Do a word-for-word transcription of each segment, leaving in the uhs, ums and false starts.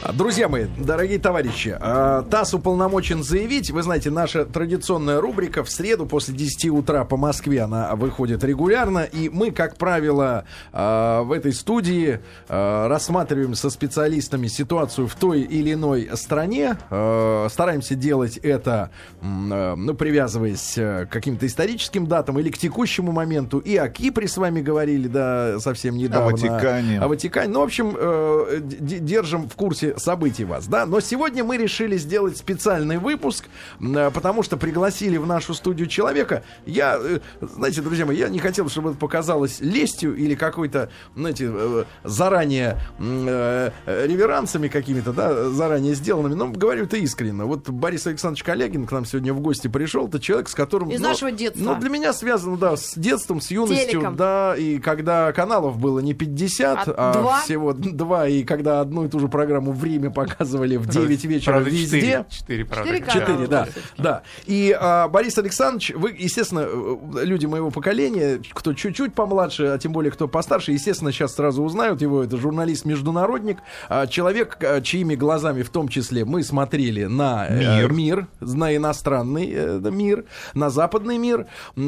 Друзья мои, дорогие товарищи, ТАСС уполномочен заявить, вы знаете, наша традиционная рубрика в среду после десяти утра по Москве, она выходит регулярно, и мы, как правило, в этой студии рассматриваем со специалистами ситуацию в той или иной стране, стараемся делать это, ну, привязываясь к каким-то историческим датам или к текущему моменту, и о Кипре с вами говорили, да, совсем недавно. О Ватикане. О Ватикане, ну, в общем, держим в курсе событий вас, да, но сегодня мы решили сделать специальный выпуск, потому что пригласили в нашу студию человека. Я, знаете, друзья мои, я не хотел, чтобы это показалось лестью или какой-то, знаете, заранее реверансами какими-то, да, заранее сделанными, но говорю это искренне. Вот Борис Александрович Калягин к нам сегодня в гости пришел, это человек, с которым... Из ну, нашего детства. Ну, для меня связано, да, с детством, с юностью, Телеком. Да, и когда каналов было не пятьдесят, а, а два? всего два, и когда одну и ту же программу «Время» показывали в девять вечера правда, везде. четыре, Четыре правда. Четыре, да, да. И а, Борис Александрович, вы, естественно, люди моего поколения, кто чуть-чуть помладше, а тем более кто постарше, естественно, сейчас сразу узнают его. Это журналист-международник, а, человек, а, чьими глазами в том числе мы смотрели на мир, э, мир на иностранный э, мир, на западный мир.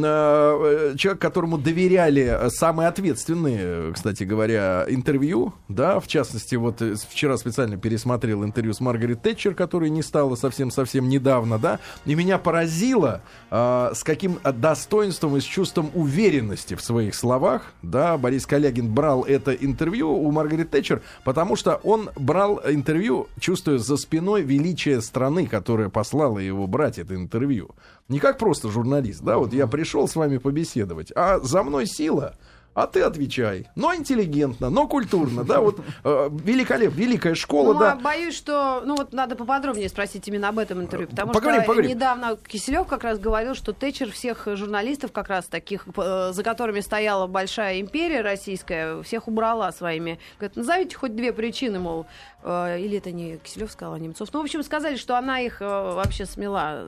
Э, человек, которому доверяли самые ответственные, кстати говоря, интервью, да, в частности, вот вчера специально пересмотрел интервью с Маргарет Тэтчер, которая не стала совсем-совсем недавно, да, и меня поразило, э, с каким достоинством и с чувством уверенности в своих словах, да, Борис Калягин брал это интервью у Маргарет Тэтчер, потому что он брал интервью, чувствуя за спиной величие страны, которая послала его брать это интервью. Не как просто журналист, да, вот я пришел с вами побеседовать, а за мной сила. А ты отвечай. Но интеллигентно, но культурно, да, вот э, великолепно, великая школа, ну, да. а боюсь, что, ну вот надо поподробнее спросить именно об этом интервью, потому Поговорим, что поговорим. недавно Киселев как раз говорил, что Тэтчер всех журналистов, как раз таких, э, за которыми стояла большая империя российская, всех убрала своими. Говорит, назовите хоть две причины, мол, э, или это не Киселев сказал, а Немцов. Ну, в общем, сказали, что она их э, вообще смела.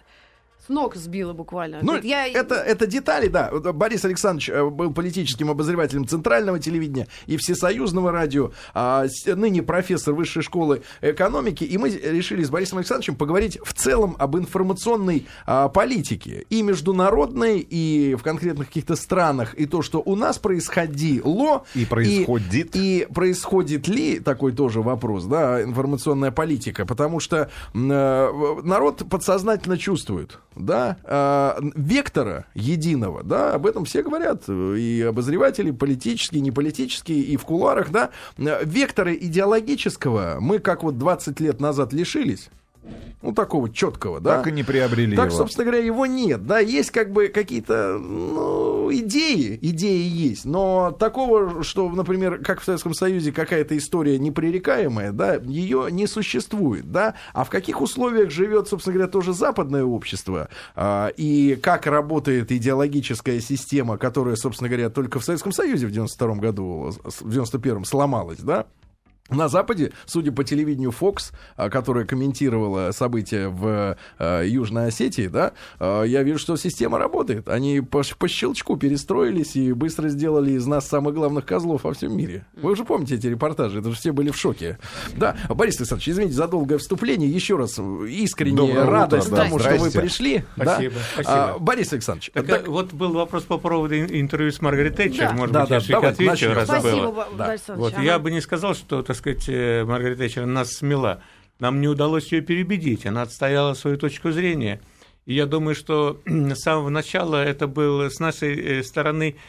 С ног сбила буквально. Ну, Говорит, я... это, это детали, да. Борис Александрович был политическим обозревателем Центрального телевидения и Всесоюзного радио, а ныне профессор Высшей школы экономики. И мы решили с Борисом Александровичем поговорить в целом об информационной а, политике. И международной, и в конкретных каких-то странах. И то, что у нас происходило. И происходит. И, и происходит ли, такой тоже вопрос, да, информационная политика. Потому что э, народ подсознательно чувствует, да, э, вектора единого, да, об этом все говорят, и обозреватели политические, не политические, и в кулуарах, да, вектора идеологического мы, как вот двадцать лет назад лишились, ну, такого четкого, да. Так и не приобрели так, его. собственно говоря, его нет, да, есть как бы какие-то, ну, идеи, идеи есть, но такого, что, например, как в Советском Союзе какая-то история непререкаемая, да, ее не существует, да, а в каких условиях живет, собственно говоря, тоже западное общество, а, и как работает идеологическая система, которая, собственно говоря, только в Советском Союзе в девяносто втором году, в девяносто первом сломалась, да. На Западе, судя по телевидению Fox, которое комментировало события в э, Южной Осетии, да, э, я вижу, что система работает. Они по, по щелчку перестроились и быстро сделали из нас самых главных козлов во всем мире. Вы уже помните эти репортажи, это же все были в шоке. Да, Борис Александрович, извините за долгое вступление. Еще раз искренняя радость утро, тому, да. что вы пришли. Спасибо, да. спасибо. А, Борис Александрович. Так, так... Вот был вопрос по поводу интервью с Маргарет Тэтчер. Да. Может Да, быть, да, я чуть давайте отвечу, начнем. раз Спасибо, было. Борис Да. Александрович. Вот, Она... я бы не сказал, что, так сказать, Маргарет Тэтчер нас смела. Нам не удалось ее переубедить. Она отстояла свою точку зрения. И я думаю, что с самого начала это был с нашей стороны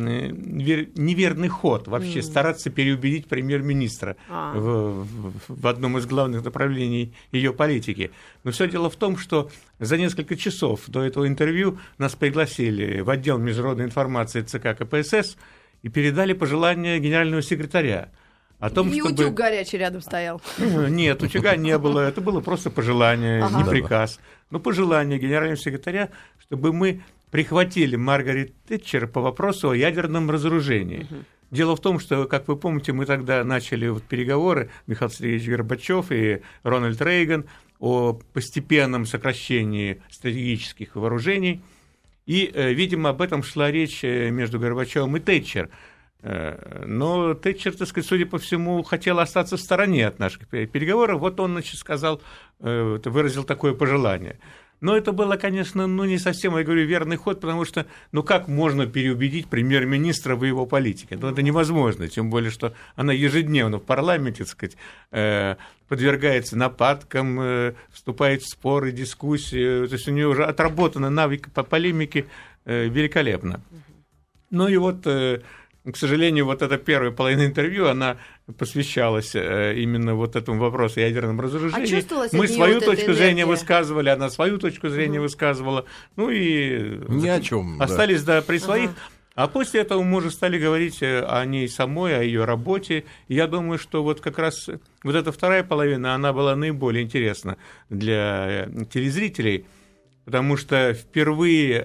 неверный ход вообще mm. стараться переубедить премьер-министра ah. в, в, в одном из главных направлений ее политики. Но все дело в том, что за несколько часов до этого интервью нас пригласили в отдел международной информации ЦК КПСС и передали пожелания генерального секретаря. О том, и чтобы... утюг горячий рядом стоял. Нет, утюга не было. Это было просто пожелание, ага. не приказ. Но пожелание генерального секретаря, чтобы мы прихватили Маргарет Тэтчер по вопросу о ядерном разоружении. Угу. Дело в том, что, как вы помните, мы тогда начали вот переговоры, Михаил Сергеевич Горбачев и Рональд Рейган, о постепенном сокращении стратегических вооружений. И, видимо, об этом шла речь между Горбачевым и Тэтчер. Но Тэтчер, так сказать, судя по всему, хотел остаться в стороне от наших переговоров. Вот он, значит, сказал, выразил такое пожелание. Но это было, конечно, ну, не совсем, я говорю, верный ход, потому что, ну, как можно переубедить премьер-министра в его политике? Ну, это невозможно, тем более, что она ежедневно в парламенте, так сказать, подвергается нападкам, вступает в споры, дискуссии, то есть у нее уже отработаны навыки по полемике великолепно. Ну, и вот... К сожалению, вот эта первая половина интервью, она посвящалась именно вот этому вопросу ядерного разоружения. А мы свою вот точку зрения высказывали, она свою точку зрения угу. высказывала. Ну и ни о чем. Остались да. Да, при своих. Ага. А после этого мы уже стали говорить о ней самой, о ее работе. И я думаю, что вот как раз вот эта вторая половина, она была наиболее интересна для телезрителей, потому что впервые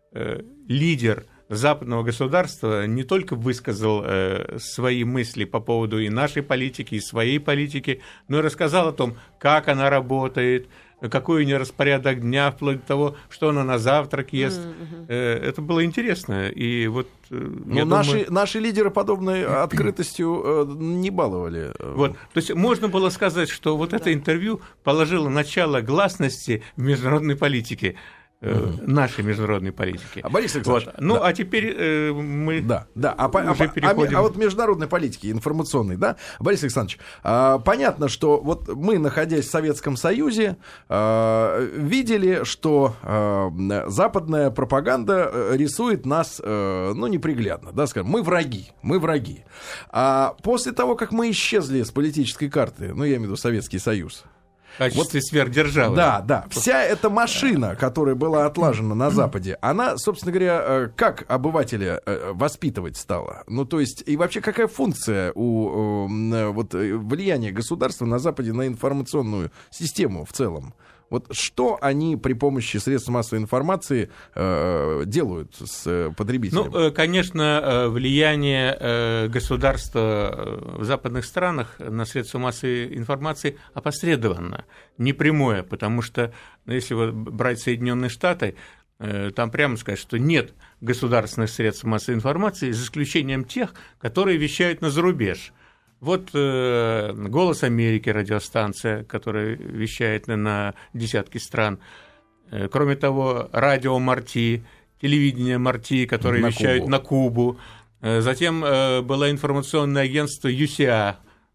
лидер западного государства не только высказал э, свои мысли по поводу и нашей политики, и своей политики, но и рассказал о том, как она работает, какой у нее распорядок дня, вплоть до того, что она на завтрак ест. Mm-hmm. Э, это было интересно. И вот, э, но наши, думаю... наши лидеры подобной открытостью э, не баловали. Вот. То есть можно было сказать, что вот да. это интервью положило начало гласности в международной политике. Uh-huh. нашей международной политики. А, Борис Александрович, вот. Ну, да. а теперь э, мы да, да. А, уже а, переходим... А, а вот международной политики, информационной, да, Борис Александрович, а, понятно, что вот мы, находясь в Советском Союзе, а, видели, что а, западная пропаганда рисует нас, а, ну, неприглядно, да, скажем, мы враги, мы враги. А после того, как мы исчезли с политической карты, ну, я имею в виду Советский Союз, в качестве вот, сверхдержавы. Да, да. Вся эта машина, которая была отлажена на Западе, она, собственно говоря, как обывателя воспитывать стала? Ну, то есть, и вообще какая функция у вот, влияния государства на Западе на информационную систему в целом? Вот что они при помощи средств массовой информации э, делают с потребителем? Ну, конечно, влияние государства в западных странах на средства массовой информации опосредованно, не прямое, потому что, если вот брать Соединенные Штаты, там прямо сказать, что нет государственных средств массовой информации, за исключением тех, которые вещают на зарубеж. Вот э, «Голос Америки», радиостанция, которая вещает на, на десятки стран. Э, кроме того, радио Марти, телевидение Марти, которые на вещают Кубу. на Кубу. Э, затем э, было информационное агентство ю си эй,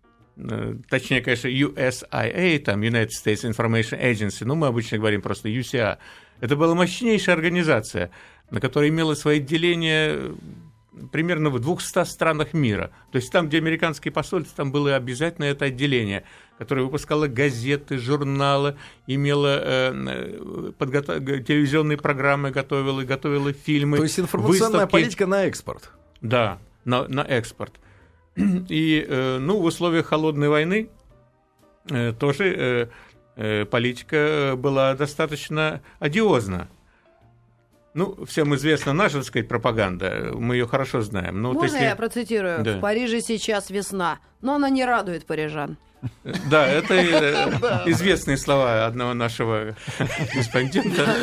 э, точнее, конечно, ю эс ай эй, там United States Information Agency, но мы обычно говорим просто ю си эй. Это была мощнейшая организация, на которой имела свои отделения примерно в двухстах странах мира. То есть там, где американские посольства, там было обязательно это отделение, которое выпускало газеты, журналы, имело э, подготов... телевизионные программы, готовило, готовило фильмы. То есть информационная выставки. Политика на экспорт. Да, на, на экспорт. И э, ну, в условиях холодной войны э, тоже э, э, политика была достаточно одиозна. Ну, всем известна наша, так сказать, пропаганда, мы ее хорошо знаем. Но Можно вот если... я процитирую? Да. В Париже сейчас весна, но она не радует парижан. Да, это известные слова одного нашего корреспондента.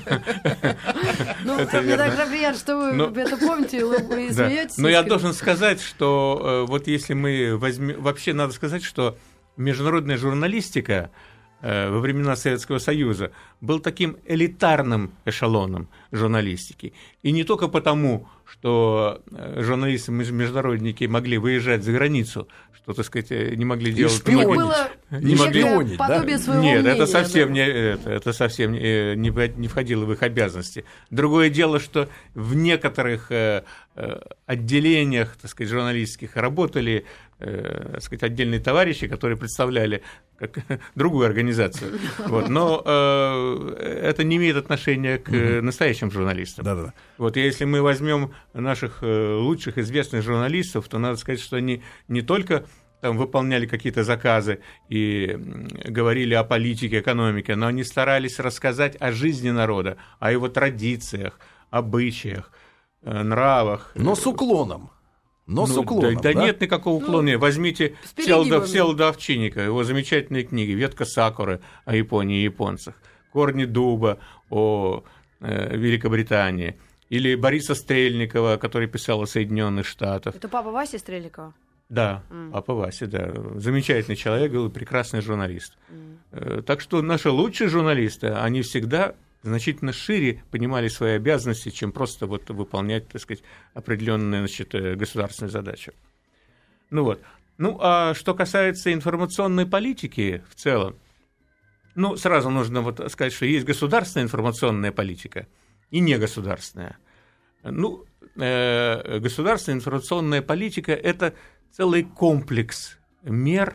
Ну, мне так приятно, что вы это помните и смеетесь. Но я должен сказать, что вот если мы возьмем... Вообще надо сказать, что международная журналистика во времена Советского Союза был таким элитарным эшелоном журналистики. И не только потому, что журналисты-международники могли выезжать за границу, что, так сказать, не могли делать... Шпионить. Не могли шпионить, да? Нет, мнения, это совсем, да? не, это, это совсем не, не входило в их обязанности. Другое дело, что в некоторых э, отделениях, так сказать, журналистских работали э, так сказать, отдельные товарищи, которые представляли как, другую организацию. Вот. Но э, это не имеет отношения к mm-hmm. настоящим журналистам. Да-да-да. Вот если мы возьмем наших лучших известных журналистов, то надо сказать, что они не только там выполняли какие-то заказы и говорили о политике, экономике, но они старались рассказать о жизни народа, о его традициях, обычаях, нравах. Но с уклоном. Но ну, с уклоном, да, да, да нет никакого уклона. Ну, возьмите Всеволода Овчинника, его замечательные книги «Ветка сакуры» о Японии и японцах, «Корни дуба» о э, Великобритании. Или Бориса Стрельникова, который писал о Соединенных Штатах. Это папа Васи Стрельникова? Да, mm. папа Вася, да. Замечательный человек был, прекрасный журналист. Mm. Так что наши лучшие журналисты, они всегда значительно шире понимали свои обязанности, чем просто вот выполнять, так сказать, определенные, значит, государственные задачи. Ну вот. Ну, а что касается информационной политики в целом, ну, сразу нужно вот сказать, что есть государственная информационная политика и негосударственная. Ну, э, государственная информационная политика – это целый комплекс мер,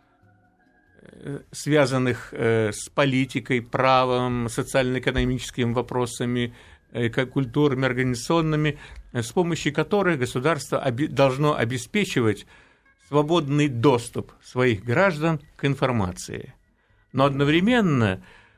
связанных э, с политикой, правом, социально-экономическими вопросами, э, культурными, организационными, э, с помощью которых государство оби- должно обеспечивать свободный доступ своих граждан к информации. Но одновременно,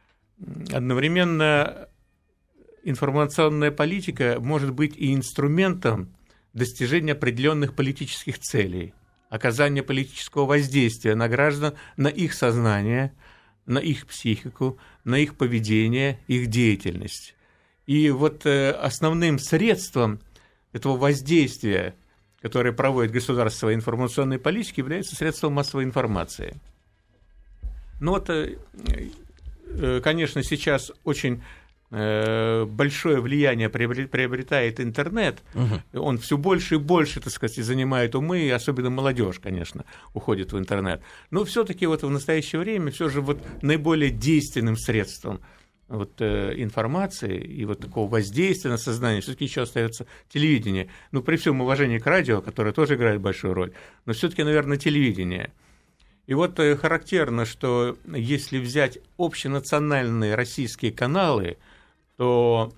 одновременно информационная политика может быть и инструментом достижения определенных политических целей, оказания политического воздействия на граждан, на их сознание, на их психику, на их поведение, их деятельность. И вот основным средством этого воздействия, которое проводит государство своей информационной политики, является средством массовой информации. Ну вот, конечно, сейчас очень большое влияние приобретает интернет, угу. Он все больше и больше, так сказать, занимает умы, и особенно молодежь, конечно, уходит в интернет. Но все-таки вот в настоящее время все же вот наиболее действенным средством вот, информации и вот такого воздействия на сознание все-таки еще остается телевидение. Ну, при всем уважении к радио, которое тоже играет большую роль, но все-таки, наверное, телевидение. И вот характерно, что если взять общенациональные российские каналы, то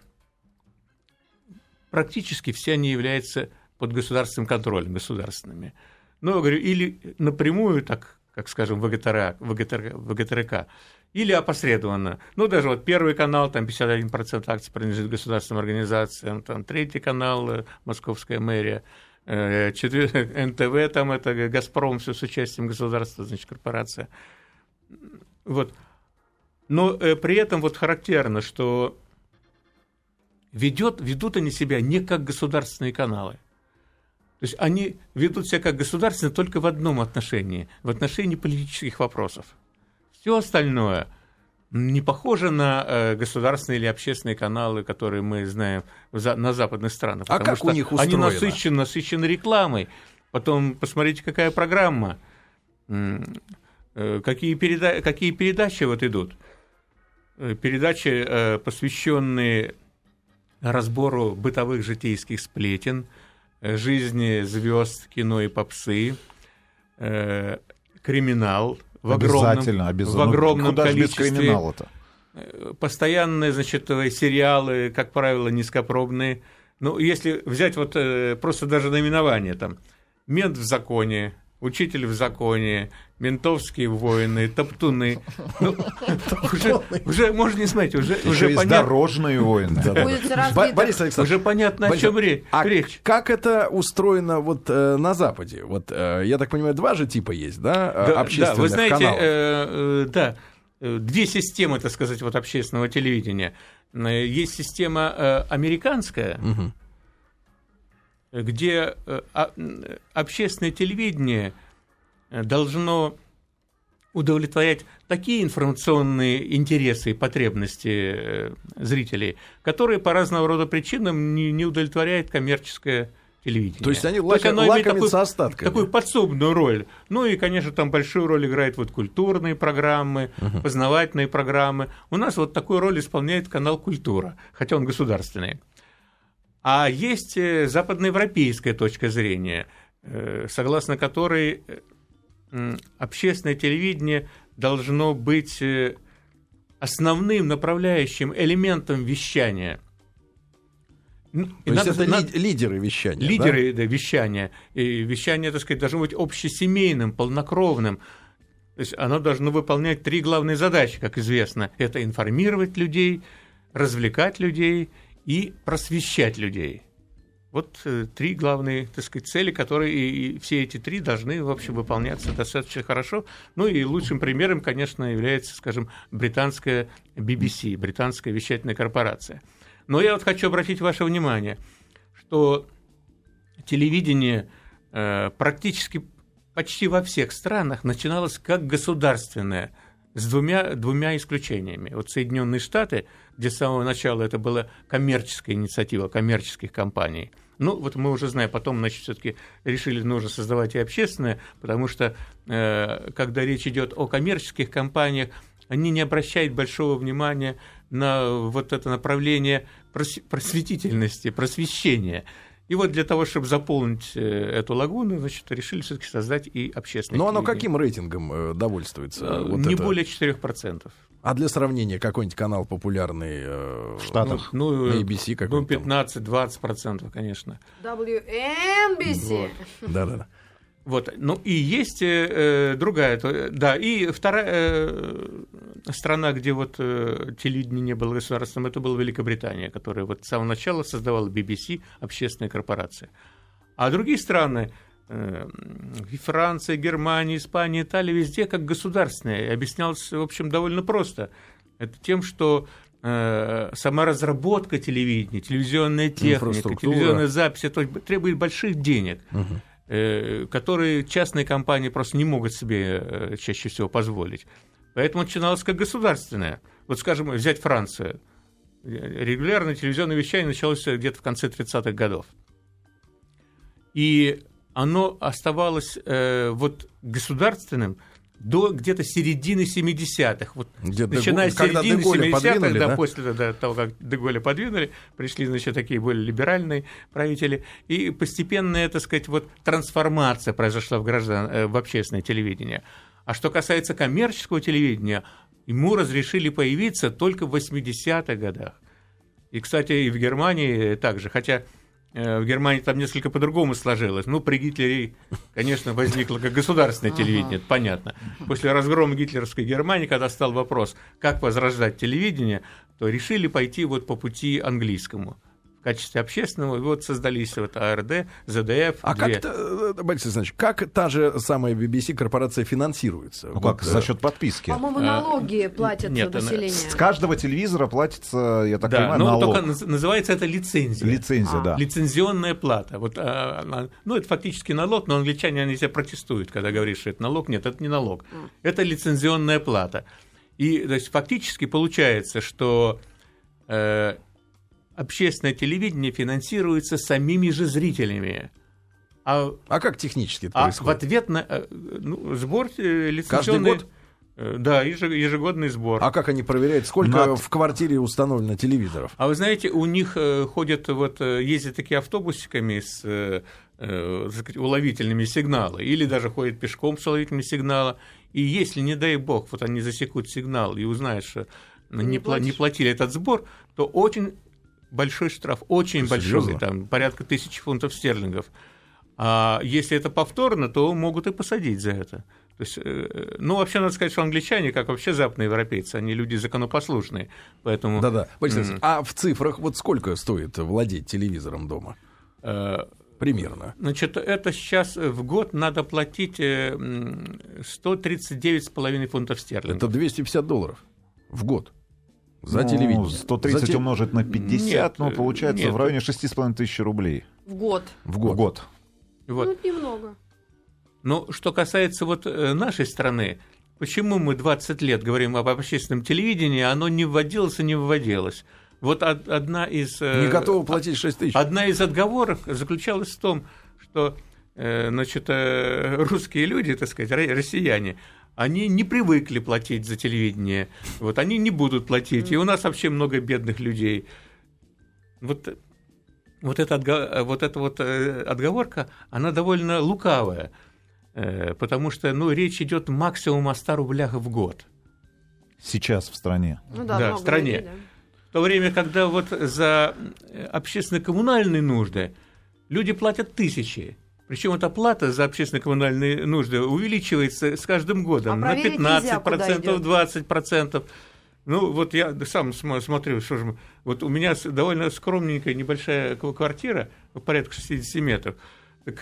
практически все они являются под государственным контролем, государственными. Ну, я говорю, или напрямую, так, как, скажем, ВГТРК, или опосредованно. Ну, даже вот Первый канал, там пятьдесят один процент акций принадлежит государственным организациям, там Третий канал, Московская мэрия, Четвертый, эн тэ вэ, там это «Газпром», все с участием государства, значит, корпорация. Вот. Но э, при этом вот характерно, что ведет, ведут они себя не как государственные каналы. То есть они ведут себя как государственные только в одном отношении, в отношении политических вопросов. Все остальное не похоже на э, государственные или общественные каналы, которые мы знаем за, на западных странах. А как у них устроено? Они насыщены, насыщены рекламой. Потом посмотрите, какая программа, э, какие, переда- какие передачи вот идут. Передачи, э, посвященные разбору бытовых житейских сплетен, э, жизни звезд кино и попсы, э, криминал. В обязательно, огромном, обязательно. В огромном Куда количестве. Же без криминала-то? Постоянные, значит, сериалы, как правило, низкопробные. Ну, если взять вот просто даже наименование, там, «Мент в законе», «Учитель в законе», «Ментовские войны», «Топтуны». Ну, уже, уже, можно не смотреть, уже, уже понятно. «Дорожные войны». Борис Александрович, уже понятно, о чем речь. А как это устроено вот э, на Западе? Вот, э, я так понимаю, два же типа есть, да, да общественных да, вы знаете, каналов? Э, э, да, две системы, так сказать, вот общественного телевидения. Есть система э, американская, угу. где э, общественное телевидение должно удовлетворять такие информационные интересы и потребности зрителей, которые по разного рода причинам не, не удовлетворяет коммерческое телевидение. То есть они лака- лакомятся остатками. Такую подсобную роль. Ну и, конечно, там большую роль играют вот культурные программы, uh-huh. познавательные программы. У нас вот такую роль исполняет канал «Культура», хотя он государственный. А есть западноевропейская точка зрения, согласно которой общественное телевидение должно быть основным направляющим элементом вещания. То и есть надо, это надо, лидеры вещания. Лидеры да? Да, вещания. И вещание, так сказать, должно быть общесемейным, полнокровным. То есть оно должно выполнять три главные задачи, как известно. Это информировать людей, развлекать людей и просвещать людей. Вот э, три главные, так сказать, цели, которые и, и все эти три должны, в общем, выполняться достаточно хорошо. Ну и лучшим примером, конечно, является, скажем, британская би би си, британская вещательная корпорация. Но я вот хочу обратить ваше внимание, что телевидение э, практически почти во всех странах начиналось как государственное, с двумя, двумя исключениями. Вот Соединенные Штаты, где с самого начала это была коммерческая инициатива коммерческих компаний. Ну, вот мы уже знаем, потом, значит, все-таки решили, нужно создавать и общественное, потому что, э, когда речь идет о коммерческих компаниях, они не обращают большого внимания на вот это направление просветительности, просвещения. И вот для того, чтобы заполнить эту лагуну, значит, решили все-таки создать и общественное. Но оно каким рейтингом э, довольствуется? Вот не это... более четырех процентов. А для сравнения, какой-нибудь канал популярный э, в Штатах? Ну, ну, на эй би си какой-то? Ну, пятнадцать-двадцать процентов, конечно. дабл ю эн би си. Вот. Да-да-да. Вот, ну и есть э, другая, то, да, и вторая э, страна, где вот э, телевидение не было государственным, это была Великобритания, которая вот с самого начала создавала би би си, общественная корпорация. А другие страны, э, и Франция, Германия, Испания, Италия, везде как государственные, объяснялось, в общем, довольно просто. Это тем, что э, сама разработка телевидения, телевизионная техника, телевизионная запись, это требует больших денег. Угу. Которые частные компании просто не могут себе чаще всего позволить. Поэтому начиналось как государственное. Вот, скажем, взять Францию. Регулярное телевизионное вещание началось где-то в конце тридцатых годов. И оно оставалось э, вот государственным до где-то середины семидесятых. Вот, начиная с середины семидесятых, да, да? После да, того, как де-Голля подвинули, пришли, значит, такие более либеральные правители, и постепенно, так сказать, вот трансформация произошла в, граждан, в общественное телевидение. А что касается коммерческого телевидения, ему разрешили появиться только в восьмидесятых годах. И, кстати, и в Германии также, хотя в Германии там несколько по-другому сложилось. Ну, при Гитлере, конечно, возникло как государственное телевидение, это понятно. После разгрома гитлеровской Германии, когда стал вопрос, как возрождать телевидение, то решили пойти вот по пути английскому. В качестве общественного, вот создались вот а эр дэ, зэ дэ эф. А две. Как, Борис Александрович, как та же самая би би си корпорация финансируется? Ну, вот, как, за счет подписки? По-моему, налоги а, платят нет, население. С каждого телевизора платится, я так да, понимаю, но налог. Только называется это лицензия. Лицензия, а. да. Лицензионная плата. Вот, а, ну, это фактически налог, но англичане, они себя протестуют, когда говоришь, что это налог. Нет, это не налог. А. Это лицензионная плата. И, то есть, фактически получается, что... Э, общественное телевидение финансируется самими же зрителями. А, а как технически это а происходит? В ответ на ну, сбор лицензионный... Каждый год? Да, ежегодный сбор. А как они проверяют, сколько Над... в квартире установлено телевизоров? А вы знаете, у них ходят, вот, ездят такие автобусиками с э, уловительными сигналами, или даже ходят пешком с уловительными сигналами, и если, не дай бог, вот они засекут сигнал и узнают, что не, не, пла- не платили этот сбор, то очень... большой штраф, очень Серьезно? большой, там, порядка тысячи фунтов стерлингов. А если это повторно, то могут и посадить за это. То есть, ну, вообще, надо сказать, что англичане, как вообще западноевропейцы, они люди законопослушные, поэтому... Да-да. Mm. А в цифрах вот сколько стоит владеть телевизором дома? Примерно. Значит, это сейчас в год надо платить сто тридцать девять с половиной фунтов стерлингов. Это двести пятьдесят долларов в год. За ну, телевидение. сто тридцать За те... умножить на пятьдесят, нет, ну, получается нет. в районе шесть с половиной тысяч рублей. В год. В год. В год. Вот. Ну, это немного. Но что касается вот нашей страны, почему мы двадцать лет говорим об общественном телевидении, оно не вводилось и не вводилось. Вот одна из... Не готовы платить шесть тысяч. Одна из отговорок заключалась в том, что, значит, русские люди, так сказать, россияне, они не привыкли платить за телевидение, вот, они не будут платить, и у нас вообще много бедных людей. Вот, вот, эта, вот эта вот отговорка, она довольно лукавая, потому что, ну, речь идет максимум о ста рублях в год. Сейчас в стране. Ну, да, да в стране. Людей, да. В то время, когда вот за общественно-коммунальные нужды люди платят тысячи. Причем эта плата за общественно-коммунальные нужды увеличивается с каждым годом а на пятнадцать процентов, двадцать процентов. Ну, вот я сам смотрю, что же... Вот у меня довольно скромненькая небольшая квартира, порядка шестьдесят метров. Так,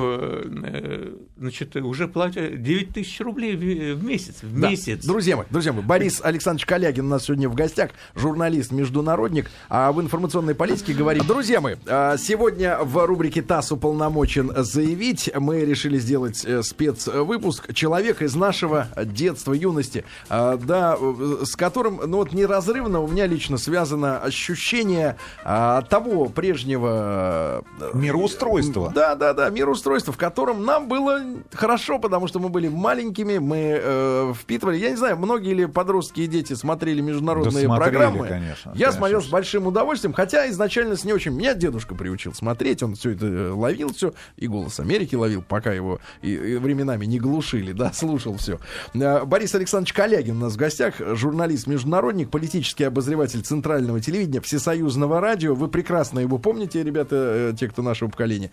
значит, уже платят девять тысяч рублей в месяц. В да. месяц. Друзья мои, друзья мои, Борис Александрович Калягин у нас сегодня в гостях, журналист-международник, а в информационной политике говорит. Друзья мои, сегодня в рубрике ТАСС уполномочен заявить, мы решили сделать спецвыпуск «Человек из нашего детства, юности», да, с которым, ну вот неразрывно у меня лично связано ощущение того прежнего мироустройства. Да, да, да, мироустройство, в котором нам было хорошо, потому что мы были маленькими, мы э, впитывали, я не знаю, многие ли подростки и дети смотрели международные да программы. Конечно, я конечно. смотрел с большим удовольствием, хотя изначально с не очень. Меня дедушка приучил смотреть, он все это ловил, все, и «Голос Америки» ловил, пока его и, и временами не глушили, да, слушал все. Борис Александрович Калягин у нас в гостях, журналист-международник, политический обозреватель Центрального телевидения, Всесоюзного радио. Вы прекрасно его помните, ребята, те, кто нашего поколения.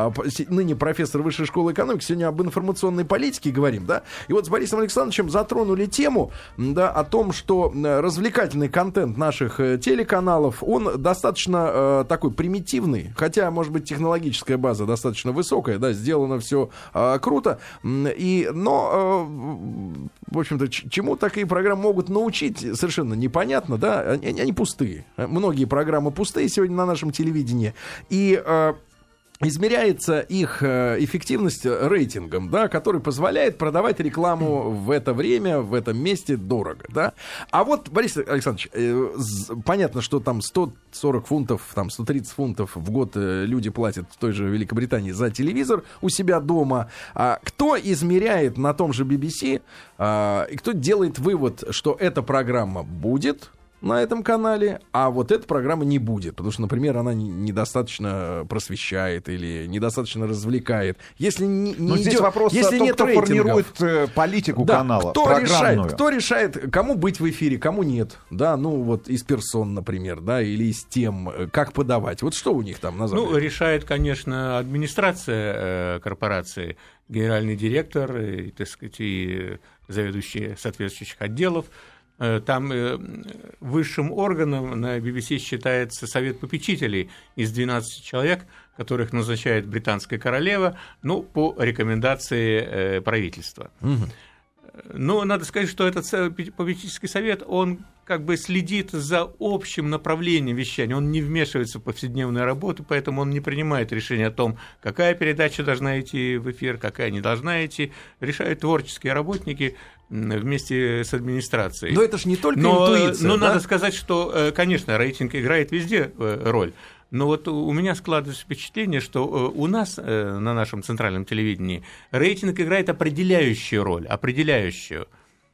Ныне профессор Высшей школы экономики. Сегодня об информационной политике говорим, да. И вот с Борисом Александровичем затронули тему, да, о том, что развлекательный контент наших телеканалов, он достаточно э, такой примитивный, хотя, может быть, технологическая база достаточно высокая, да, сделано все э, круто, и, но, э, в общем-то, чему такие программы могут научить, совершенно непонятно, да, они, они пустые. Многие программы пустые сегодня на нашем телевидении, и э, измеряется их эффективность рейтингом, да, который позволяет продавать рекламу в это время, в этом месте дорого, да. А вот, Борис Александрович, э, понятно, что там сто сорок фунтов, там сто тридцать фунтов в год люди платят в той же Великобритании за телевизор у себя дома. А кто измеряет на том же би би си, а, и кто делает вывод, что эта программа будет на этом канале, а вот эта программа не будет, потому что, например, она недостаточно просвещает или недостаточно развлекает. Если не, не здесь идет, вопрос если о том, нет кто рейтингов, формирует политику да, канала, кто программную. решает, кто решает, кому быть в эфире, кому нет, да, ну вот из персон, например, да, или из тем, как подавать. Вот что у них там на Западе? Ну, решает, конечно, администрация э, корпорации, генеральный директор, и, так сказать, и заведующие соответствующих отделов. Там э, высшим органом на би би си считается совет попечителей из двенадцати человек, которых назначает британская королева, ну, по рекомендации э, правительства. Угу. Но надо сказать, что этот попечительский совет, он как бы следит за общим направлением вещания, он не вмешивается в повседневную работу, поэтому он не принимает решение о том, какая передача должна идти в эфир, какая не должна идти. Решают творческие работники вместе с администрацией. Но это же не только но, интуиция. Но да? надо сказать, что, конечно, рейтинг играет везде роль. Но вот у меня складывается впечатление, что у нас на нашем центральном телевидении рейтинг играет определяющую роль, определяющую.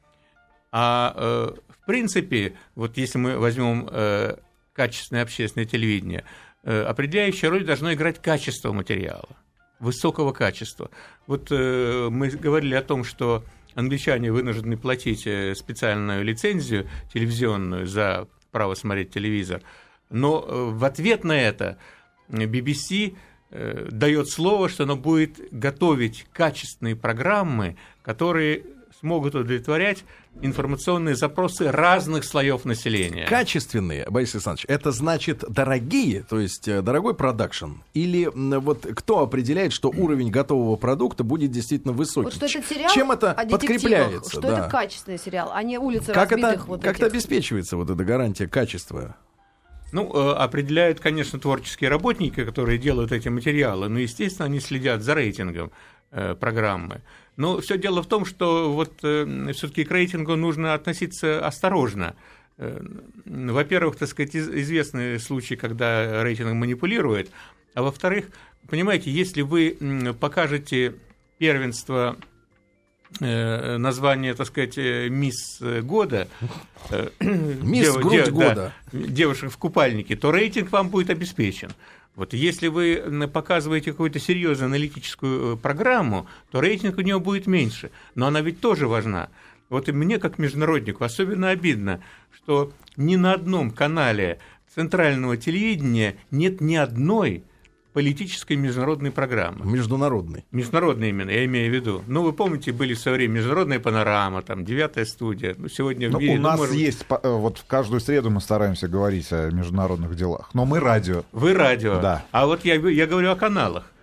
А в принципе, вот если мы возьмем качественное общественное телевидение, определяющая роль должно играть качество материала, высокого качества. Вот мы говорили о том, что англичане вынуждены платить специальную лицензию телевизионную за право смотреть телевизор, но в ответ на это би би си дает слово, что оно будет готовить качественные программы, которые смогут удовлетворять информационные запросы разных слоев населения. Качественные, Борис Александрович, это значит дорогие, то есть дорогой продакшн? Или вот кто определяет, что уровень готового продукта будет действительно высокий? Вот что этот сериал Чем это о подкрепляется? Что да. это качественный сериал, а не улица как разбитых это, вот Как этих. это обеспечивается, вот эта гарантия качества? Ну, определяют, конечно, творческие работники, которые делают эти материалы, но, естественно, они следят за рейтингом программы. Но все дело в том, что вот все-таки к рейтингу нужно относиться осторожно. Во-первых, так сказать, известны случаи, когда рейтинг манипулирует, а во-вторых, понимаете, если вы покажете первенство, название, так сказать, мисс года, мисс дев, грудь дев, года, да, девушек в купальнике, то рейтинг вам будет обеспечен. Вот если вы показываете какую-то серьезную аналитическую программу, то рейтинг у нее будет меньше, но она ведь тоже важна. Вот и мне, как международнику, особенно обидно, что ни на одном канале центрального телевидения нет ни одной политической международной программы. Международной. Международной именно, я имею в виду. Ну, вы помните, были в свое время «Международная панорама», там, «Девятая студия». Ну, сегодня в ну, мире... У нас ну, может... есть, вот в каждую среду мы стараемся говорить о международных делах, но мы радио. Вы радио. Да. А вот я, я говорю о каналах.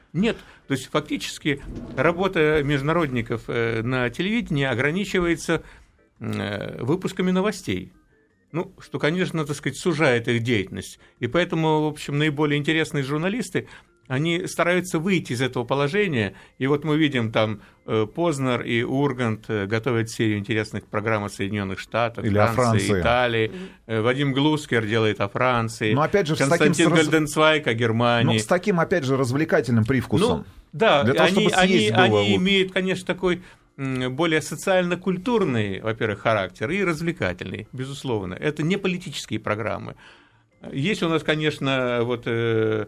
Нет. То есть фактически работа международников на телевидении ограничивается выпусками новостей. Ну, что, конечно, так сказать, сужает их деятельность. И поэтому, в общем, наиболее интересные журналисты, они стараются выйти из этого положения. И вот мы видим, там Познер и Ургант готовят серию интересных программ о Соединенных Штатах, или Франции, о Франции. Италии. Вадим Глускер делает о Франции. Но опять же, Константин с таким... Гольденцвайг о Германии. Но с таким, опять же, развлекательным привкусом. Ну, да, Для того, они, чтобы съесть они, было они лучше. имеют, конечно, такой более социально-культурный, во-первых, характер и развлекательный, безусловно. Это не политические программы. Есть у нас, конечно, вот э,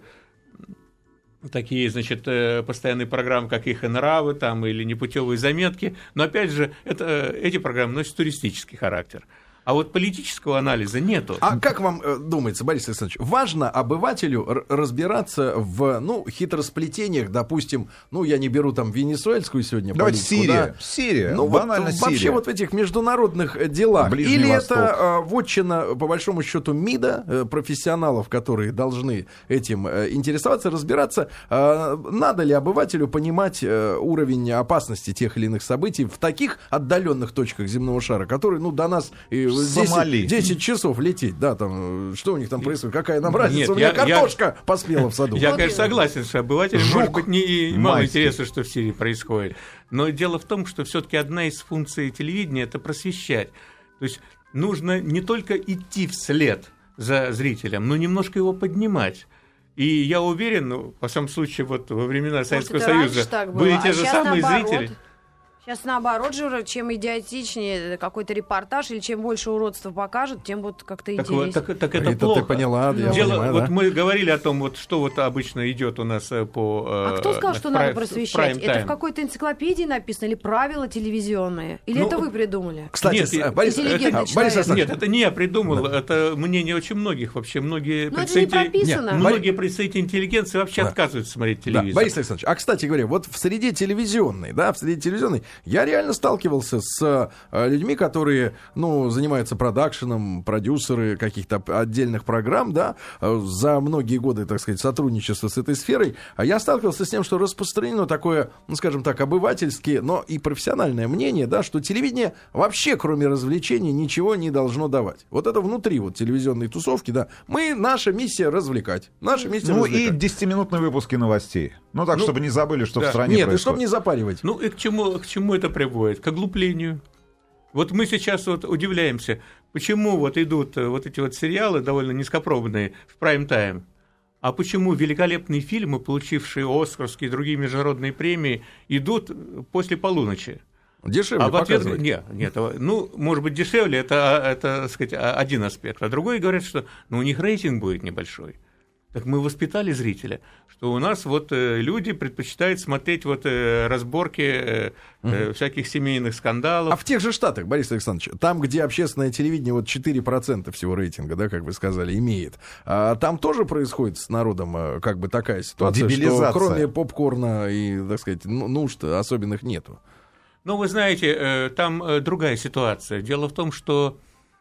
такие, значит, э, постоянные программы, как «Их и нравы», там, или «Непутевые заметки», но, опять же, это, эти программы носят туристический характер. А вот политического анализа нету. А как вам э, думается, Борис Александрович, важно обывателю р- разбираться в, ну, хитросплетениях, допустим, ну, я не беру там венесуэльскую сегодня Давайте политику, Сирия. да? Сирия. Ну, вот Банально вообще Сирия. вот в этих международных э, делах. Ближний Или Восток. это э, вотчина, по большому счету, МИДа, э, профессионалов, которые должны этим э, интересоваться, разбираться, э, надо ли обывателю понимать э, уровень опасности тех или иных событий в таких отдаленных точках земного шара, которые, ну, до нас э, Сомали. десять, десять часов лететь, да, там, что у них там происходит, какая нам разница, Нет, у меня я- картошка поспела в саду. Я, Вот конечно, именно. согласен, что обывателям, Жук может быть, не, мало майский. интересно, что в Сирии происходит. Но дело в том, что все-таки одна из функций телевидения – это просвещать. То есть нужно не только идти вслед за зрителем, но немножко его поднимать. И я уверен, ну, во всяком случае, вот во времена Может, Советского это Союза раньше так было, были а те же щас самые наоборот. зрители. Сейчас наоборот же, чем идиотичнее какой-то репортаж или чем больше уродства покажут, тем вот как-то Так, интереснее. вот, так, так это, Это плохо. ты поняла, я Дело, понимаю, вот да. мы говорили о том, вот, что вот обычно идет у нас э, по... А э, кто сказал, в что прайм- надо в просвещать? прайм-тайм? Это в какой-то энциклопедии написано или правила телевизионные? Или Ну, это вы придумали? Кстати, Нет, с- я- Борис, интеллигентный а, Борис человек. Александрович, Нет, это не я придумал, это мнение очень многих вообще. Многие Но это не представители, прописано. Нет, многие представители интеллигенции вообще Да. отказываются смотреть да, телевизор. Борис Александрович, а, кстати говоря, вот в среде телевизионной, да, в среде телевизионной, я реально сталкивался с э, людьми, которые, ну, занимаются продакшеном, продюсеры каких-то отдельных программ, да, э, за многие годы, так сказать, сотрудничества с этой сферой, а я сталкивался с тем, что распространено такое, ну, скажем так, обывательское, но и профессиональное мнение, да, что телевидение вообще, кроме развлечений, ничего не должно давать. Вот это внутри вот телевизионной тусовки, да, мы, наша миссия развлекать, наша миссия Ну и развлекать. десятиминутные выпуски новостей. Ну так, Ну, чтобы не забыли, что да. в стране Нет, и происходит. чтобы не запаривать. Ну и к чему, к чему это приводит? К оглуплению. Вот мы сейчас вот удивляемся, почему вот идут вот эти вот сериалы довольно низкопробные в прайм-тайм, а почему великолепные фильмы, получившие Оскарские и другие международные премии, идут после полуночи. Дешевле А в ответ, показывать. нет, нет, ну, может быть, дешевле, это, это, так сказать, один аспект. А другой говорят, что ну, у них рейтинг будет небольшой. Так мы воспитали зрителя, что у нас вот э, люди предпочитают смотреть вот э, разборки э, э, всяких семейных скандалов. А в тех же Штатах, Борис Александрович, там, где общественное телевидение вот четыре процента всего рейтинга, да, как вы сказали, имеет, а там тоже происходит с народом э, как бы такая ситуация, что Дебилизация. кроме попкорна и, так сказать, ну- нужд особенных нету. Ну, вы знаете, э, там э, другая ситуация. Дело в том, что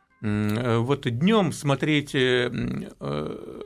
э, вот днем смотреть э, э,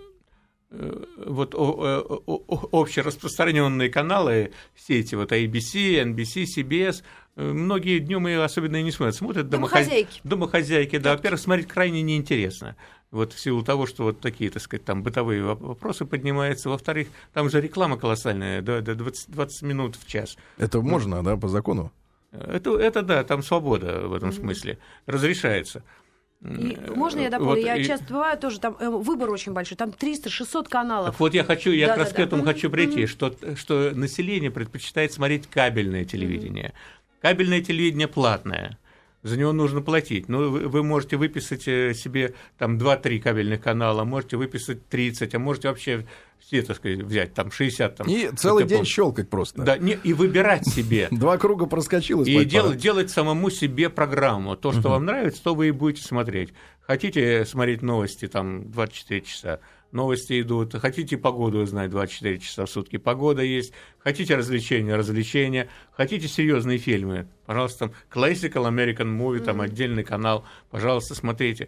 вот о- о- о- общераспространенные каналы, все эти вот эй би си, эн би си, си би эс, э, многие днем и особенно и не смотрят. Смотрят домохоз- Домохозяйки. Домохозяйки, да. Во-первых, смотреть крайне неинтересно. Вот в силу того, что вот такие, так сказать, там бытовые воп- вопросы поднимаются. Во-вторых, там же реклама колоссальная, до, до двадцать, двадцать минут в час. Это можно, да, по закону? Это, это да, там свобода в этом смысле разрешается. И можно я дополню? Вот, я и- часто бываю тоже, там э, выбор очень большой, там триста-шестьсот каналов. Так вот я хочу, я как раз Да-да-да. к этому Мгм, хочу прийти, мгм. что, что население предпочитает смотреть кабельное телевидение. Кабельное телевидение платное. За него нужно платить. Ну, вы, вы можете выписать э, себе там два-три кабельных канала, можете выписать тридцать, а можете вообще все, так сказать, взять там шестьдесят. Там, И целый это день пол- щелкать просто. Да, не, и выбирать себе. Два круга проскочил и И спать дел- пора. делать самому себе программу. То, что вам нравится, то вы и будете смотреть. Хотите смотреть новости там двадцать четыре часа, новости идут. Хотите погоду узнать двадцать четыре часа в сутки, погода есть. Хотите развлечения, развлечения. Хотите серьезные фильмы, пожалуйста, там Classical American Movie, там отдельный канал, пожалуйста, смотрите.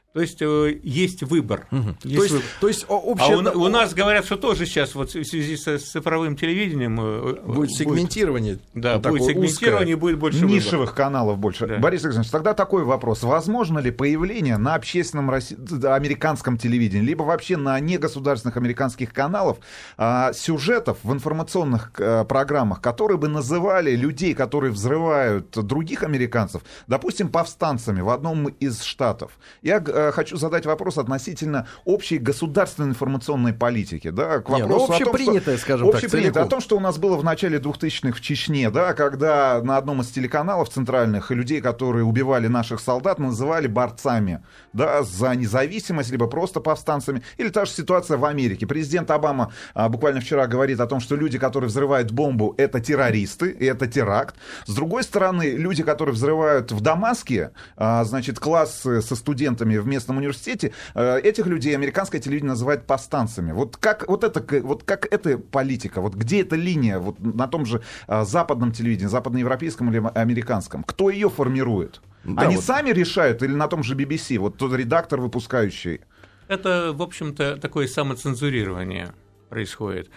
То есть э, есть выбор. Угу. Есть то, есть, выбор. то есть общее... А у, у нас говорят, что тоже сейчас вот в связи с цифровым телевидением э, будет сегментирование. Будет, да, будет сегментирование, будет больше нишевых выбора. каналов больше. Да. Борис Александрович, тогда такой вопрос. Возможно ли появление на общественном росси... американском телевидении, либо вообще на негосударственных американских каналах а, сюжетов в информационных а, программах, которые бы называли людей, которые взрывают других американцев, допустим, повстанцами в одном из штатов? Я хочу задать вопрос относительно общей государственной информационной политики. Да, к вопросу Не, ну, общепринятое, о том, что, скажем так, общепринятое, о том, что у нас было в начале двухтысячных в Чечне, да, когда на одном из телеканалов центральных людей, которые убивали наших солдат, называли борцами, да, за независимость, либо просто повстанцами. Или та же ситуация в Америке. Президент Обама а, буквально вчера говорит о том, что люди, которые взрывают бомбу, это террористы, и это теракт. С другой стороны, люди, которые взрывают в Дамаске, а, значит, классы со студентами в местном университете, этих людей американское телевидение называет повстанцами. Вот как, вот это, вот как эта политика, вот где эта линия вот на том же западном телевидении, западноевропейском или американском? Кто ее формирует? Да, Они вот... сами решают или на том же би би си, вот тот редактор, выпускающий? Это, в общем-то, такое самоцензурирование происходит.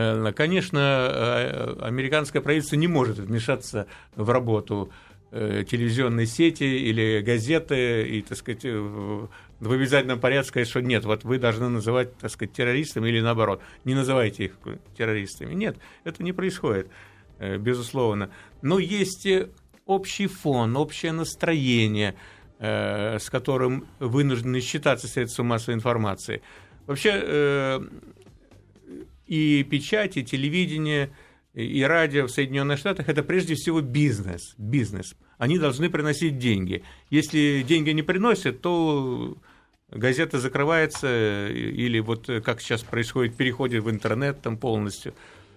Конечно, американское правительство не может вмешаться в работу телевизионной сети или газеты и, так сказать, в обязательном порядке сказать, что нет, вот вы должны называть, так сказать, террористами или наоборот, не называйте их террористами. Нет, это не происходит, безусловно. Но есть общий фон, общее настроение, с которым вынуждены считаться средства массовой информации. Вообще и печать, и телевидение, и радио в Соединенных Штатах – это прежде всего бизнес. бизнес. Они должны приносить деньги. Если деньги не приносят, то газета закрывается, или вот как сейчас происходит, переходит в интернет там полностью.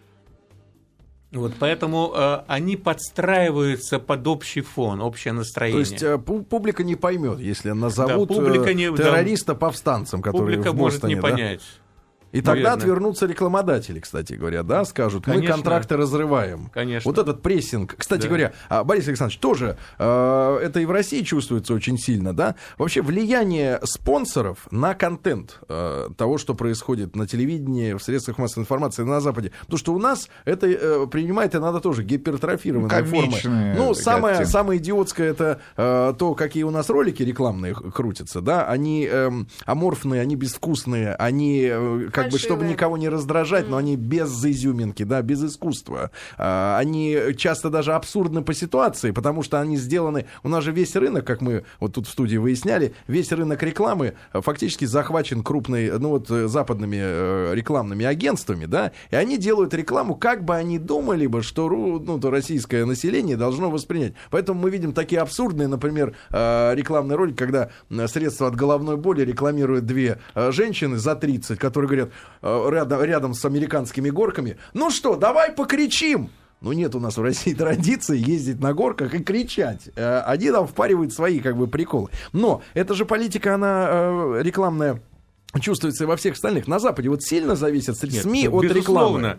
Вот, поэтому э, они подстраиваются под общий фон, общее настроение. То есть э, публика не поймет, если назовут да, публика не, террориста повстанцем, который публика в Бостоне, может не да? понять. И тогда Наверное. Отвернутся рекламодатели, кстати говоря, да, скажут, Конечно. мы контракты разрываем. Конечно. Вот этот прессинг. Кстати да. говоря, Борис Александрович, тоже э, это и в России чувствуется очень сильно, да? Вообще влияние спонсоров на контент э, того, что происходит на телевидении, в средствах массовой информации на Западе. Потому что у нас это э, принимает иногда тоже гипертрофированные формы. Ну, самое, самое идиотское это э, то, какие у нас ролики рекламные крутятся, да? Они э, аморфные, они безвкусные, они э, как бы, чтобы никого не раздражать, но они без изюминки, да, без искусства. А, они часто даже абсурдны по ситуации, потому что они сделаны... У нас же весь рынок, как мы вот тут в студии выясняли, весь рынок рекламы фактически захвачен крупной, ну вот, западными э, рекламными агентствами, да, и они делают рекламу, как бы они думали бы, что ну, то российское население должно воспринять. Поэтому мы видим такие абсурдные, например, э, рекламные ролики, когда средства от головной боли рекламируют две э, женщины за тридцать, которые говорят, Рядом, рядом с американскими горками. Ну что, давай покричим. Ну нет у нас в России традиции ездить на горках и кричать. Они там впаривают свои как бы приколы. Но эта же политика, она рекламная, чувствуется и во всех остальных. На Западе вот сильно зависят СМИ нет, от рекламы.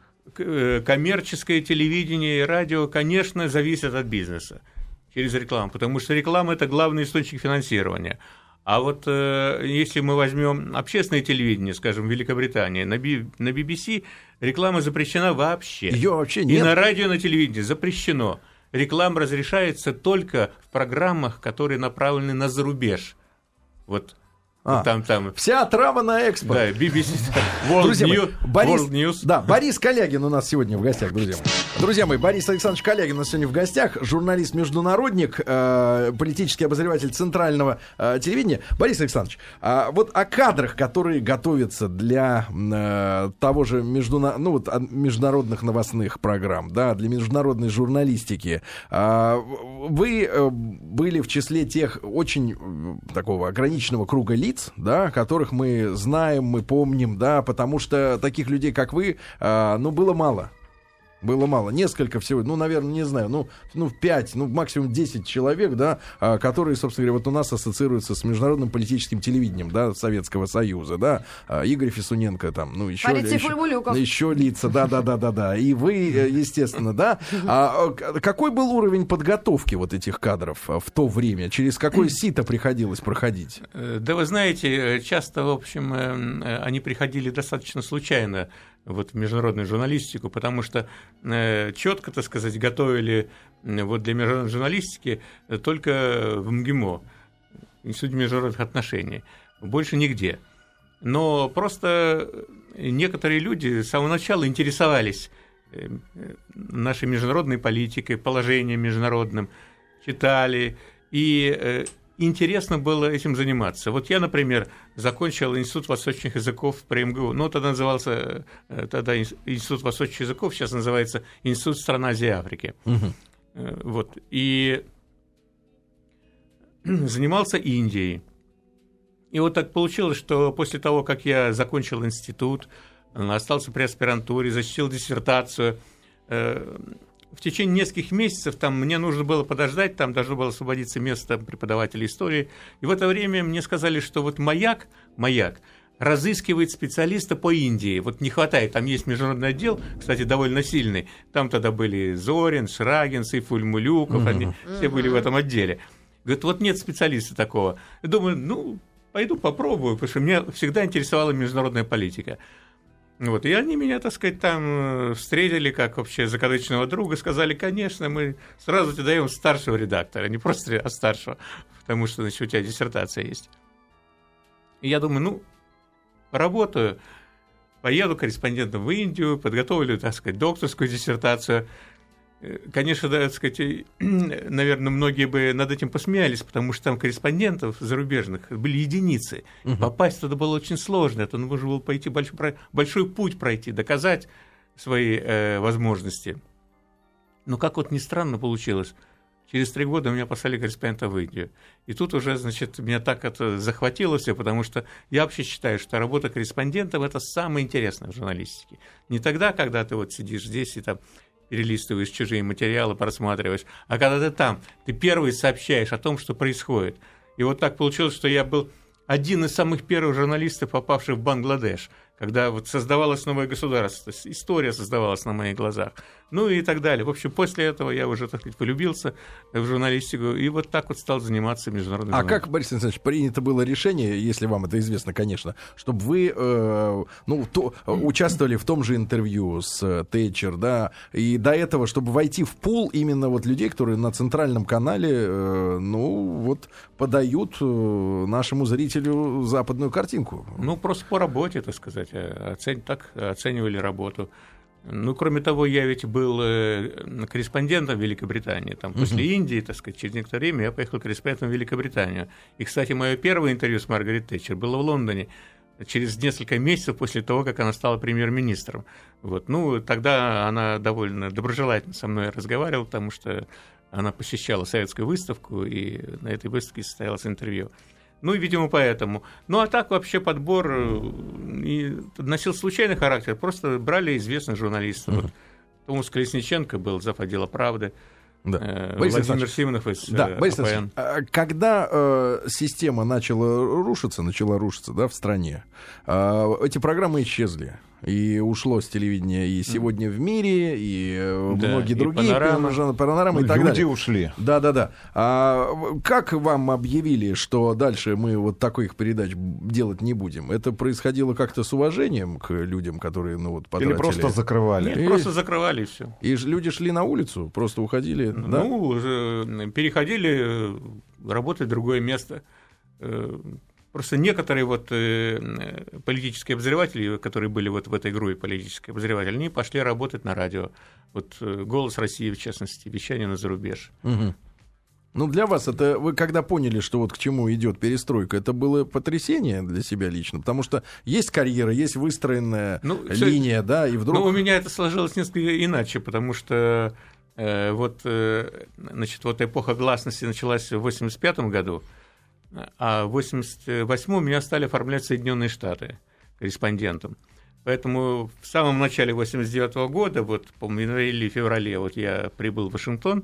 Коммерческое телевидение и радио, конечно, зависят от бизнеса через рекламу, потому что реклама – это главный источник финансирования. А вот э, если мы возьмем общественное телевидение, скажем, в Великобритании, на, Би, на би би си реклама запрещена вообще. Ее вообще нет. И на радио, и на телевидении запрещено. Реклама разрешается только в программах, которые направлены на зарубеж. Вот. А, там, там. Вся трава на экспорт. Да, би би си. World, друзья New, мои, Борис, World News. Да, Борис Калягин у нас сегодня в гостях, друзья мои. Друзья мои, Борис Александрович Калягин у нас сегодня в гостях, журналист-международник, э, политический обозреватель центрального э, телевидения. Борис Александрович, э, вот о кадрах, которые готовятся для э, того же междуна... ну, вот, международных новостных программ, да, для международной журналистики, э, вы э, были в числе тех очень э, такого ограниченного круга лиц, да, которых мы знаем, мы помним, да, потому что таких людей, как вы, э, ну, было мало. Было мало. Несколько всего, ну, наверное, не знаю, ну, ну пять, ну, максимум десять человек, да, которые, собственно говоря, вот у нас ассоциируются с международным политическим телевидением, да, Советского Союза, да. Игорь Фисуненко там, ну, еще, еще, еще лица, да-да-да-да-да. И вы, естественно, да. А какой был уровень подготовки вот этих кадров в то время? Через какое сито приходилось проходить? Да вы знаете, часто, в общем, они приходили достаточно случайно вот в международную журналистику, потому что э, четко, так сказать, готовили э, вот для международной журналистики только в МГИМО, Институте международных отношений, больше нигде. Но просто некоторые люди с самого начала интересовались э, нашей международной политикой, положением международным, читали, и э, интересно было этим заниматься. Вот я, например, закончил Институт восточных языков при МГУ. Ну, тогда назывался тогда Институт восточных языков, сейчас называется Институт стран Азии и Африки. Угу. Вот. И занимался Индией. И вот так получилось, что после того, как я закончил институт, остался при аспирантуре, защитил диссертацию, в течение нескольких месяцев там мне нужно было подождать, там должно было освободиться место преподавателя истории. И в это время мне сказали, что вот «Маяк», «Маяк» разыскивает специалиста по Индии. Вот не хватает, там есть международный отдел, кстати, довольно сильный. Там тогда были Зорин, Шрагин, Сейфуль Мулюков, mm-hmm. они все были в этом отделе. Говорит, вот нет специалиста такого. Я думаю, ну, пойду попробую, потому что меня всегда интересовала международная политика. Вот, и они меня, так сказать, там встретили как вообще закадычного друга, сказали, конечно, мы сразу тебе даем старшего редактора, не просто а старшего, потому что, значит, у тебя диссертация есть. И я думаю, ну, поработаю, поеду корреспондентом в Индию, подготовлю, так сказать, докторскую диссертацию. Конечно, да, так сказать, наверное, многие бы над этим посмеялись, потому что там корреспондентов зарубежных были единицы. Uh-huh. Попасть туда было очень сложно. Это нужно было пойти большой, большой путь пройти, доказать свои э, возможности. Но как вот ни странно получилось, через три года меня послали корреспондента в Индию. И тут уже, значит, меня так это захватило все, потому что я вообще считаю, что работа корреспондентом – это самое интересное в журналистике. Не тогда, когда ты вот сидишь здесь и там перелистываешь чужие материалы, просматриваешь, а когда ты там, ты первый сообщаешь о том, что происходит. И вот так получилось, что я был один из самых первых журналистов, попавших в Бангладеш, когда вот создавалось новое государство, история создавалась на моих глазах, ну и так далее. В общем, после этого я уже, так сказать, полюбился в журналистику и вот так вот стал заниматься международным А журналом. как, Борис Александрович, принято было решение, если вам это известно, конечно, чтобы вы э, ну, то, участвовали в том же интервью с Тэтчер, да, и до этого, чтобы войти в пул именно вот людей, которые на центральном канале, э, ну, вот подают э, нашему зрителю западную картинку? Ну, просто по работе, так сказать, оцен... так оценивали работу. Ну, кроме того, я ведь был корреспондентом в Великобритании. Там, uh-huh. После Индии, так сказать, через некоторое время я поехал корреспондентом в Великобританию. И, кстати, мое первое интервью с Маргарет Тэтчер было в Лондоне через несколько месяцев после того, как она стала премьер-министром. Вот. Ну, тогда она довольно доброжелательно со мной разговаривала, потому что она посещала советскую выставку, и на этой выставке состоялось интервью. Ну, видимо, поэтому. Ну, а так вообще подбор и носил случайный характер. Просто брали известных журналистов. Uh-huh. Вот Томас Колесниченко был зав. Отдела «Правды». Да. Э, Владимир Симонов из да, э, Борис АПН. Когда э, система начала рушиться, начала рушиться, да, в стране, э, эти программы исчезли. И ушло с телевидения и «Сегодня в мире», и да, многие и другие «Панорама», «Панорама» ну, и так люди далее. ушли. Да-да-да. А как вам объявили, что дальше мы вот таких передач делать не будем? Это происходило как-то с уважением к людям, которые, ну, вот, потратили? Или просто закрывали? Нет, и... просто закрывали, и все. И люди шли на улицу, просто уходили, да? Ну, переходили работать в другое место. Просто некоторые вот э, политические обозреватели, которые были вот в этой группе политических обозревателей, они пошли работать на радио. Вот э, «Голос России», в частности, вещание на зарубеж. Угу. Ну, для вас это, вы когда поняли, что вот к чему идет перестройка, это было потрясение для себя лично? Потому что есть карьера, есть выстроенная ну, линия, всё... да, и вдруг... Ну, у меня это сложилось несколько иначе, потому что э, вот, э, значит, вот эпоха гласности началась в восемьдесят пятом году, а в восемьдесят восьмом меня стали оформлять Соединенные Штаты корреспондентом. Поэтому в самом начале восемьдесят девятого года, вот, по-моему, в январе или феврале, вот я прибыл в Вашингтон,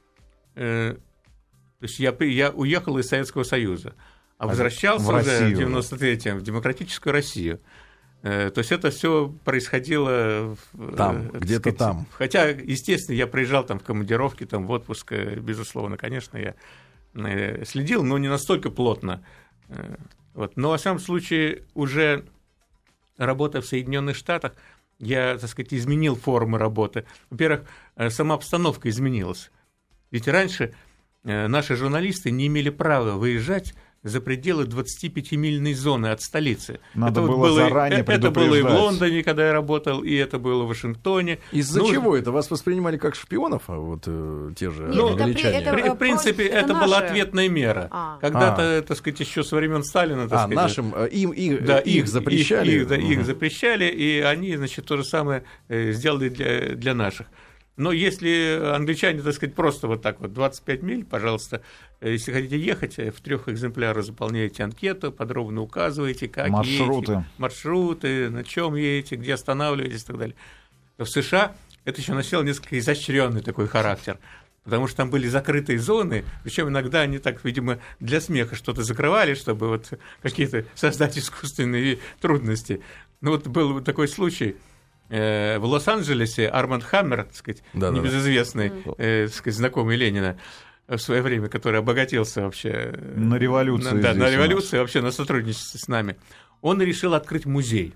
э, то есть я, я уехал из Советского Союза, а возвращался в уже Россию. в девяносто третьем в демократическую Россию. Э, то есть это все происходило... Там, э, где-то сказать, там. Хотя, естественно, я приезжал там в командировки, там, в отпуск, э, безусловно, конечно, я э, следил, но не настолько плотно. Э, вот. Но, во всяком случае, уже... Работая в Соединенных Штатах, я, так сказать, изменил формы работы. Во-первых, сама обстановка изменилась. Ведь раньше наши журналисты не имели права выезжать за пределы двадцатипятимильной зоны от столицы. Надо это было вот было, заранее это было и в предупреждать. Лондоне, когда я работал, и это было в Вашингтоне. Из-за Ну, чего это? Вас воспринимали как шпионов, а вот э, те же Нет, это при- англичане? это- При- в принципе, это это, была наши. ответная мера. А. Когда-то, так сказать, еще со времен Сталина, так А, сказать, нашим, э, им, их, да, их запрещали? Их, их, да, их Мгм. запрещали, и они, значит, то же самое э, сделали для, для наших. Но если англичане, так сказать, просто вот так вот, двадцать пять миль, пожалуйста, э, если хотите ехать, в трех экземплярах заполняете анкету, подробно указываете, как Маршруты. едете, маршруты, на чем едете, где останавливаетесь и так далее. В США это еще носило несколько изощренный такой характер. Потому что там были закрытые зоны, причем иногда они так, видимо, для смеха что-то закрывали, чтобы вот какие-то создать искусственные трудности. Ну вот был такой случай. Э, в Лос-Анджелесе Арманд Хаммер, так сказать, Да-да-да. небезызвестный, э, так сказать, знакомый Ленина в свое время, который обогатился вообще... э, На революции на- Да, здесь на у нас. революции, вообще на сотрудничестве с нами. Он решил открыть музей.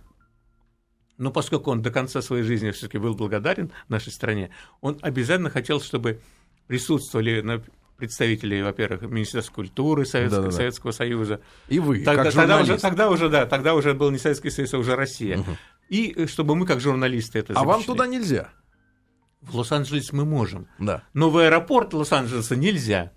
Но поскольку он до конца своей жизни все-таки был благодарен нашей стране, он обязательно хотел, чтобы присутствовали на представители, во-первых, Министерства культуры Советского, Да-да-да. Советского Союза. И вы, Тогда, как тогда, уже, журналист. тогда уже, да, тогда уже был не Советский Союз, а уже Россия. Мгм. И э, чтобы мы, как журналисты, это А вам запечатлели. туда нельзя? В Лос-Анджелес мы можем. Да. Но в аэропорт Лос-Анджелеса нельзя.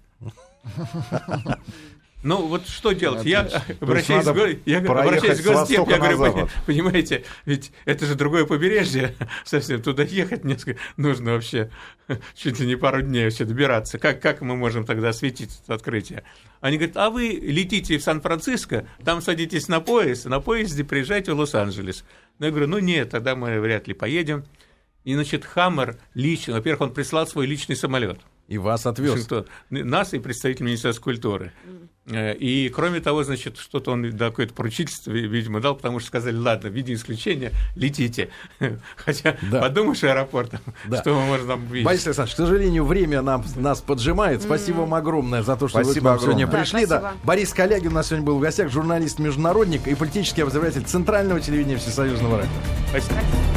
Ну, вот что делать? Я обращаюсь, надо в го- я проехать обращаюсь в с Госдеп, востока я на говорю, запад. понимаете, ведь это же другое побережье, совсем туда ехать несколько, нужно вообще чуть ли не пару дней вообще добираться. Как, как мы можем тогда осветить это открытие? Они говорят, а вы летите в Сан-Франциско, там садитесь на поезд, на поезде приезжайте в Лос-Анджелес. Ну, я говорю, ну нет, тогда мы вряд ли поедем. И, значит, Хаммер лично, во-первых, он прислал свой личный самолет. И вас отвез. Вашингтон. Нас и представитель Министерства культуры. И, кроме того, значит, что-то он да, какое-то поручительство, видимо, дал, потому что сказали, ладно, в виде исключения летите. Хотя, Да. подумаешь, аэропортом, Да. что мы можем там увидеть. Борис Александрович, к сожалению, время нам, нас поджимает. Спасибо вам огромное за то, что Спасибо вы к нам сегодня огромное. пришли. Да, Да, спасибо. Борис Калягин у нас сегодня был в гостях, журналист-международник и политический обозреватель Центрального телевидения Всесоюзного радио. Спасибо.